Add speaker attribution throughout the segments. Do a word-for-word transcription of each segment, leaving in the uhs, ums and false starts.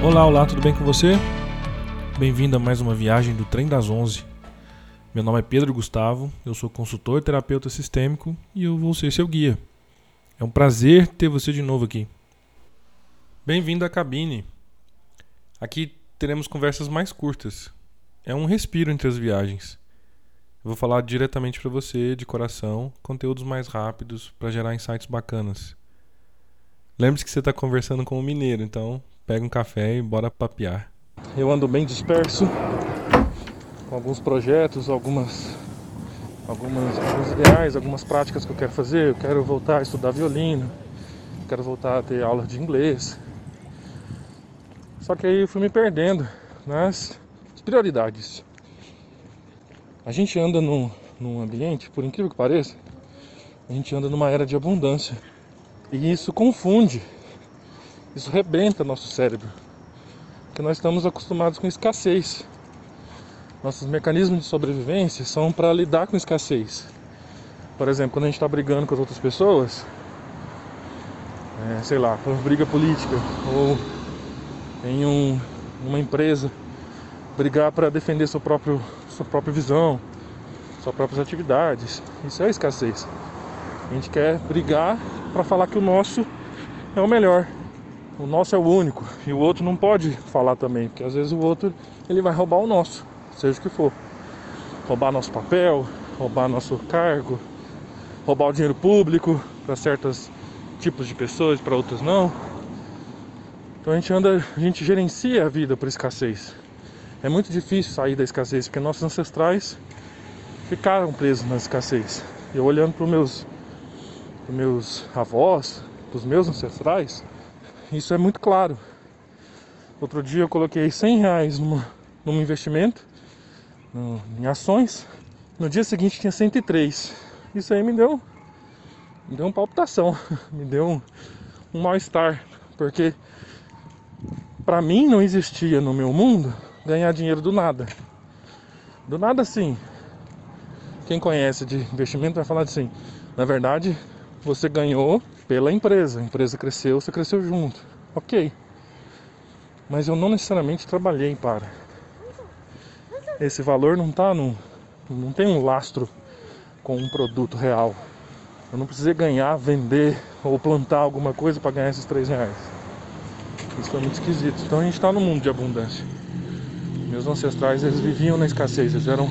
Speaker 1: Olá, olá, tudo bem com você? Bem-vindo a mais uma viagem do Trem das onze. Meu nome é Pedro Gustavo, eu sou consultor e terapeuta sistêmico e eu vou ser seu guia. É um prazer ter você de novo aqui. Bem-vindo à cabine. Aqui teremos conversas mais curtas. É um respiro entre as viagens. Eu vou falar diretamente para você, de coração, conteúdos mais rápidos para gerar insights bacanas. Lembre-se que você está conversando com um mineiro, então pega um café e bora papear. Eu ando bem disperso, com alguns projetos, algumas, algumas, alguns ideais, algumas práticas que eu quero fazer. Eu quero voltar a estudar violino, quero voltar a ter aula de inglês. Só que aí eu fui me perdendo nas prioridades. A gente anda num, num ambiente, por incrível que pareça, a gente anda numa era de abundância. E isso confunde, isso rebenta nosso cérebro. Porque nós estamos acostumados com escassez. Nossos mecanismos de sobrevivência são para lidar com escassez. Por exemplo, quando a gente está brigando com as outras pessoas, é, sei lá, por briga política, ou em um, uma empresa, brigar para defender seu próprio, sua própria visão, suas próprias atividades. Isso é escassez. A gente quer brigar para falar que o nosso é o melhor. O nosso é o único. E o outro não pode falar também, porque às vezes o outro ele vai roubar o nosso, seja o que for. Roubar nosso papel, roubar nosso cargo, roubar o dinheiro público para certos tipos de pessoas, para outros não. Então a gente anda, a gente gerencia a vida por escassez. É muito difícil sair da escassez, porque nossos ancestrais ficaram presos na escassez. Eu olhando para os meus, pros meus avós, para os meus ancestrais, isso é muito claro. Outro dia eu coloquei cem reais numa, num investimento, no, em ações. No dia seguinte tinha cento e três. Isso aí me deu, me deu uma palpitação, me deu um, um mal-estar, porque para mim não existia no meu mundo ganhar dinheiro do nada. Do nada, sim. Quem conhece de investimento vai falar assim: na verdade, você ganhou pela empresa. A empresa cresceu, você cresceu junto. Ok. Mas eu não necessariamente trabalhei para. Esse valor não tá num, não tem um lastro com um produto real. Eu não precisei ganhar, vender ou plantar alguma coisa para ganhar esses três reais. Isso foi muito esquisito. Então a gente está num mundo de abundância. Meus ancestrais, eles viviam na escassez. Eles eram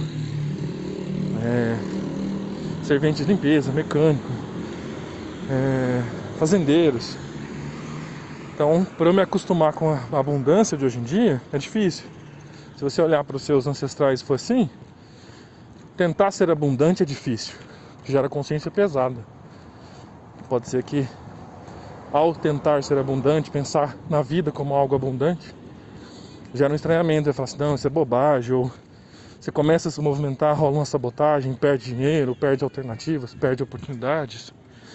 Speaker 1: é, serventes de limpeza, mecânico, é, fazendeiros. Então, para eu me acostumar com a abundância de hoje em dia, é difícil. Se você olhar para os seus ancestrais e for assim, tentar ser abundante é difícil. Gera consciência pesada. Pode ser que, ao tentar ser abundante, pensar na vida como algo abundante, gera um estranhamento. Vai falar assim: não, isso é bobagem. Ou você começa a se movimentar, rola uma sabotagem, perde dinheiro, perde alternativas, perde oportunidades.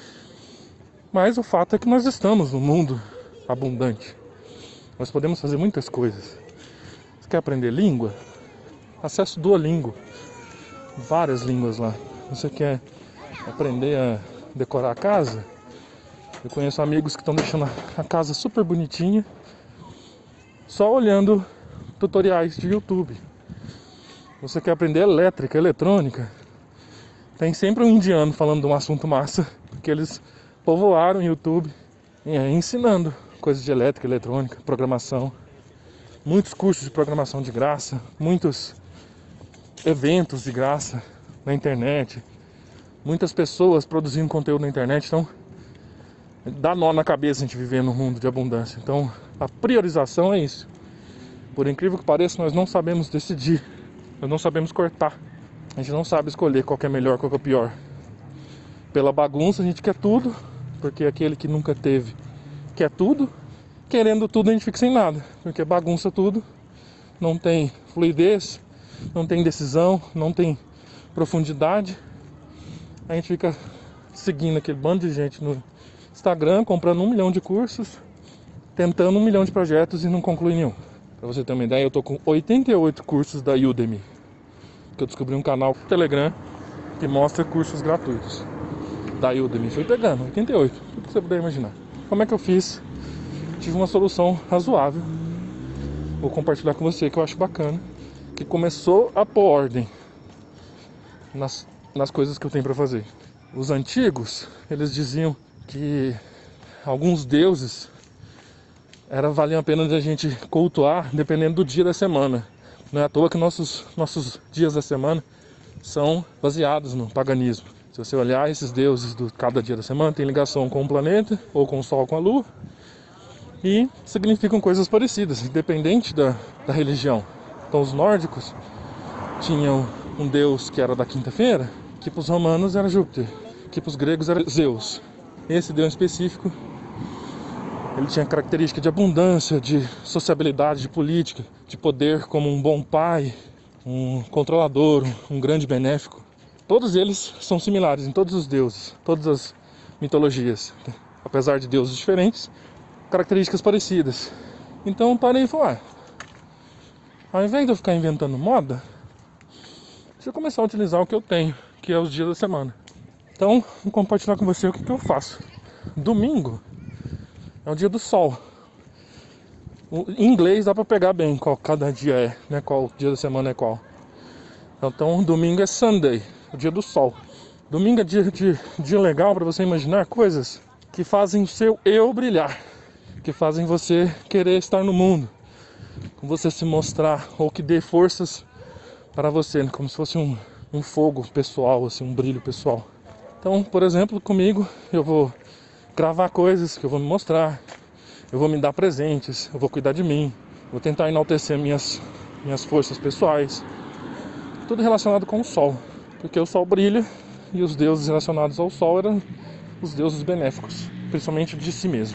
Speaker 1: Mas o fato é que nós estamos num mundo abundante. Nós podemos fazer muitas coisas. Você quer aprender língua? Acesse o Duolingo. Várias línguas lá. Você quer aprender a decorar a casa? Eu conheço amigos que estão deixando a casa super bonitinha só olhando tutoriais de YouTube. Você quer aprender elétrica, eletrônica? Tem sempre um indiano falando de um assunto massa, porque eles povoaram o YouTube ensinando coisas de elétrica, eletrônica, programação. Muitos cursos de programação de graça, muitos eventos de graça na internet, muitas pessoas produzindo conteúdo na internet. Então dá nó na cabeça a gente viver num mundo de abundância. Então a priorização é isso. Por incrível que pareça, nós não sabemos decidir, nós não sabemos cortar, a gente não sabe escolher qual que é melhor, qual que é pior. Pela bagunça a gente quer tudo, porque aquele que nunca teve quer tudo. Querendo tudo a gente fica sem nada, porque bagunça tudo, não tem fluidez, não tem decisão, não tem profundidade. A gente fica seguindo aquele bando de gente no Instagram, comprando um milhão de cursos, tentando um milhão de projetos e não conclui nenhum. Pra você ter uma ideia, eu tô com oitenta e oito cursos da Udemy, que eu descobri um canal no Telegram que mostra cursos gratuitos da Udemy. Fui pegando, oitenta e oito, tudo que você puder imaginar. Como é que eu fiz? Tive uma solução razoável vou compartilhar com você, que eu acho bacana, que começou a pôr ordem nas, nas coisas que eu tenho para fazer. Os antigos, eles diziam que alguns deuses era, valiam a pena de a gente cultuar dependendo do dia da semana. Não é à toa que nossos, nossos dias da semana são baseados no paganismo. Se você olhar, esses deuses de cada dia da semana tem ligação com o planeta, ou com o Sol, com a Lua, e significam coisas parecidas, independente da, da religião. Então os nórdicos tinham um deus que era da quinta-feira, que para os romanos era Júpiter, que para os gregos era Zeus. Esse deus específico, ele tinha característica de abundância, de sociabilidade, de política, de poder como um bom pai, um controlador, um grande benéfico. Todos eles são similares em todos os deuses, todas as mitologias. Apesar de deuses diferentes, características parecidas. Então parei e falei, ah, ao invés de eu ficar inventando moda, deixa eu começar a utilizar o que eu tenho, que é os dias da semana. Então, vou compartilhar com você o que, que eu faço. Domingo é o dia do sol. Em inglês dá pra pegar bem qual cada dia é, né? Qual dia da semana é qual. Então, domingo é Sunday, o dia do sol. Domingo é dia, dia, dia legal para você imaginar coisas que fazem o seu eu brilhar, que fazem você querer estar no mundo, você se mostrar, ou que dê forças para você, como se fosse um, um fogo pessoal, assim, um brilho pessoal. Então, por exemplo, comigo eu vou gravar coisas que eu vou me mostrar, eu vou me dar presentes, eu vou cuidar de mim, vou tentar enaltecer minhas, minhas forças pessoais, tudo relacionado com o sol, porque o sol brilha e os deuses relacionados ao sol eram os deuses benéficos, principalmente de si mesmo.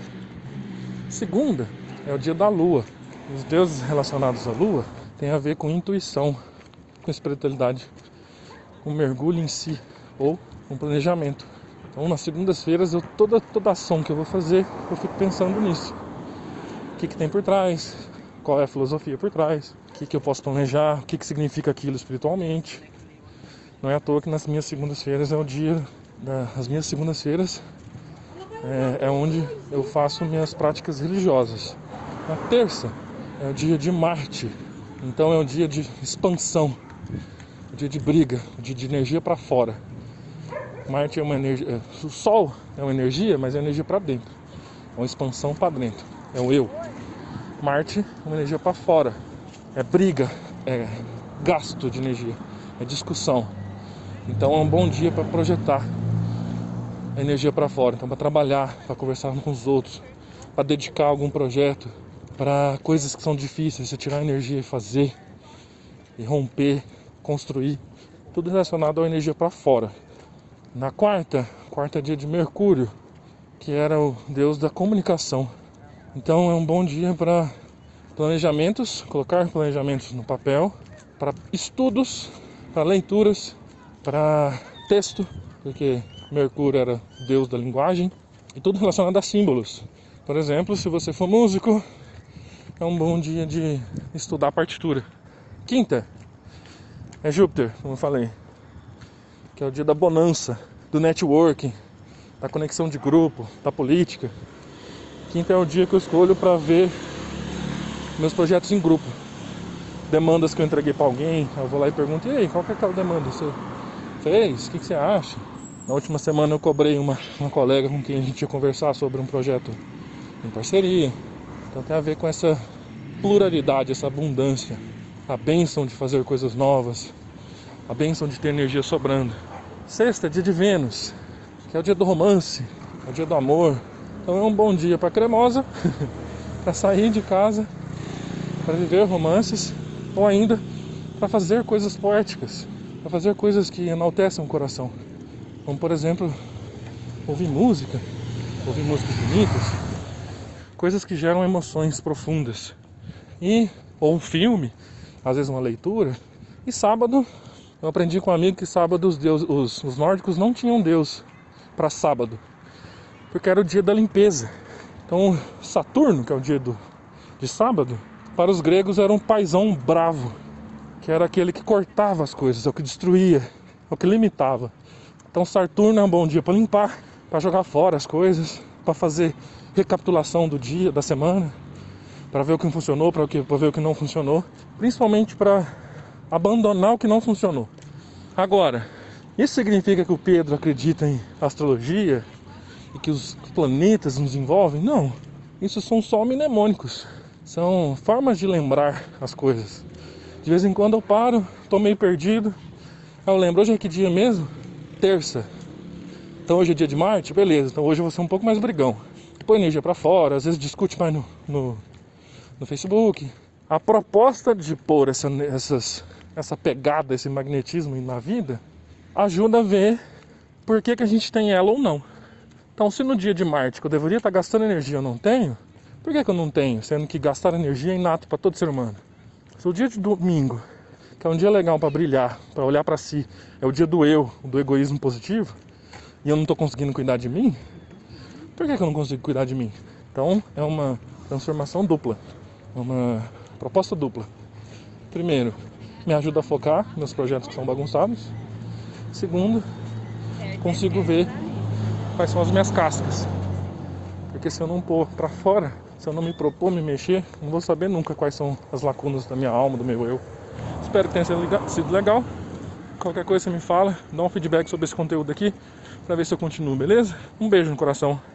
Speaker 1: Segunda é o dia da lua. Os deuses relacionados à lua têm a ver com intuição, com espiritualidade, com mergulho em si ou com planejamento. Então, nas segundas-feiras, eu, toda, toda ação que eu vou fazer, eu fico pensando nisso. O que, que tem por trás? Qual é a filosofia por trás? O que, que eu posso planejar? O que, que significa aquilo espiritualmente? Não é à toa que nas minhas segundas-feiras é o dia... Da, as minhas segundas-feiras é, é onde eu faço minhas práticas religiosas. Na terça é o dia de Marte. Então é o dia de expansão, o dia de briga, o dia de energia para fora. Marte é uma energia, o Sol é uma energia, mas é energia para dentro, é uma expansão para dentro, é o eu. Marte é uma energia para fora, é briga, é gasto de energia, é discussão. Então é um bom dia para projetar a energia para fora, então para trabalhar, para conversar com os outros, para dedicar algum projeto, para coisas que são difíceis, você tirar a energia e fazer, e romper, construir, tudo relacionado à energia para fora. Na quarta, quarta é dia de Mercúrio, que era o deus da comunicação. Então é um bom dia para planejamentos, colocar planejamentos no papel, para estudos, para leituras, para texto, porque Mercúrio era o deus da linguagem, e tudo relacionado a símbolos. Por exemplo, se você for músico, é um bom dia de estudar partitura. Quinta é Júpiter, como eu falei, que é o dia da bonança, do networking, da conexão de grupo, da política. Quinta é o dia que eu escolho para ver meus projetos em grupo, demandas que eu entreguei para alguém. Eu vou lá e pergunto, e aí, qual que é aquela demanda que você fez? O que, que você acha? Na última semana eu cobrei uma, uma colega com quem a gente ia conversar sobre um projeto em parceria. Então tem a ver com essa pluralidade, essa abundância, a bênção de fazer coisas novas, a bênção de ter energia sobrando. Sexta, dia de Vênus, que é o dia do romance, é o dia do amor. Então é um bom dia para cremosa, para sair de casa, para viver romances, ou ainda para fazer coisas poéticas, para fazer coisas que enaltecem o coração. Como, por exemplo, ouvir música, ouvir músicas bonitas, coisas que geram emoções profundas. E, ou um filme, às vezes uma leitura. E sábado, eu aprendi com um amigo que sábado os, deus, os, os nórdicos não tinham deus para sábado, porque era o dia da limpeza. Então, Saturno, que é o dia do, de sábado, para os gregos era um paizão bravo, que era aquele que cortava as coisas, é o que destruía, é o que limitava. Então Saturno é um bom dia para limpar, para jogar fora as coisas, para fazer recapitulação do dia, da semana, para ver o que funcionou, para ver o que não funcionou, principalmente para abandonar o que não funcionou. Agora, isso significa que o Pedro acredita em astrologia e que os planetas nos envolvem? Não, isso são só mnemônicos, são formas de lembrar as coisas. De vez em quando eu paro, tô meio perdido, aí eu lembro, hoje é que dia mesmo? Terça. Então hoje é dia de Marte? Beleza, então hoje eu vou ser um pouco mais brigão. Põe energia pra fora, às vezes discute mais no, no, no Facebook. A proposta de pôr essa, essas, essa pegada, esse magnetismo na vida, ajuda a ver por que, que a gente tem ela ou não. Então se no dia de Marte que eu deveria estar gastando energia eu não tenho, por que, que eu não tenho? Sendo que gastar energia é inato para todo ser humano. Se o dia de domingo, que é um dia legal para brilhar, para olhar para si, é o dia do eu, do egoísmo positivo, e eu não estou conseguindo cuidar de mim, por que, que eu não consigo cuidar de mim? Então é uma transformação dupla, uma proposta dupla. Primeiro, me ajuda a focar meus projetos que são bagunçados. Segundo, consigo ver quais são as minhas cascas. Porque se eu não pôr para fora, se eu não me propor me mexer, não vou saber nunca quais são as lacunas da minha alma, do meu eu. Espero que tenha sido legal. Qualquer coisa você me fala, dá um feedback sobre esse conteúdo aqui, pra ver se eu continuo, beleza? Um beijo no coração.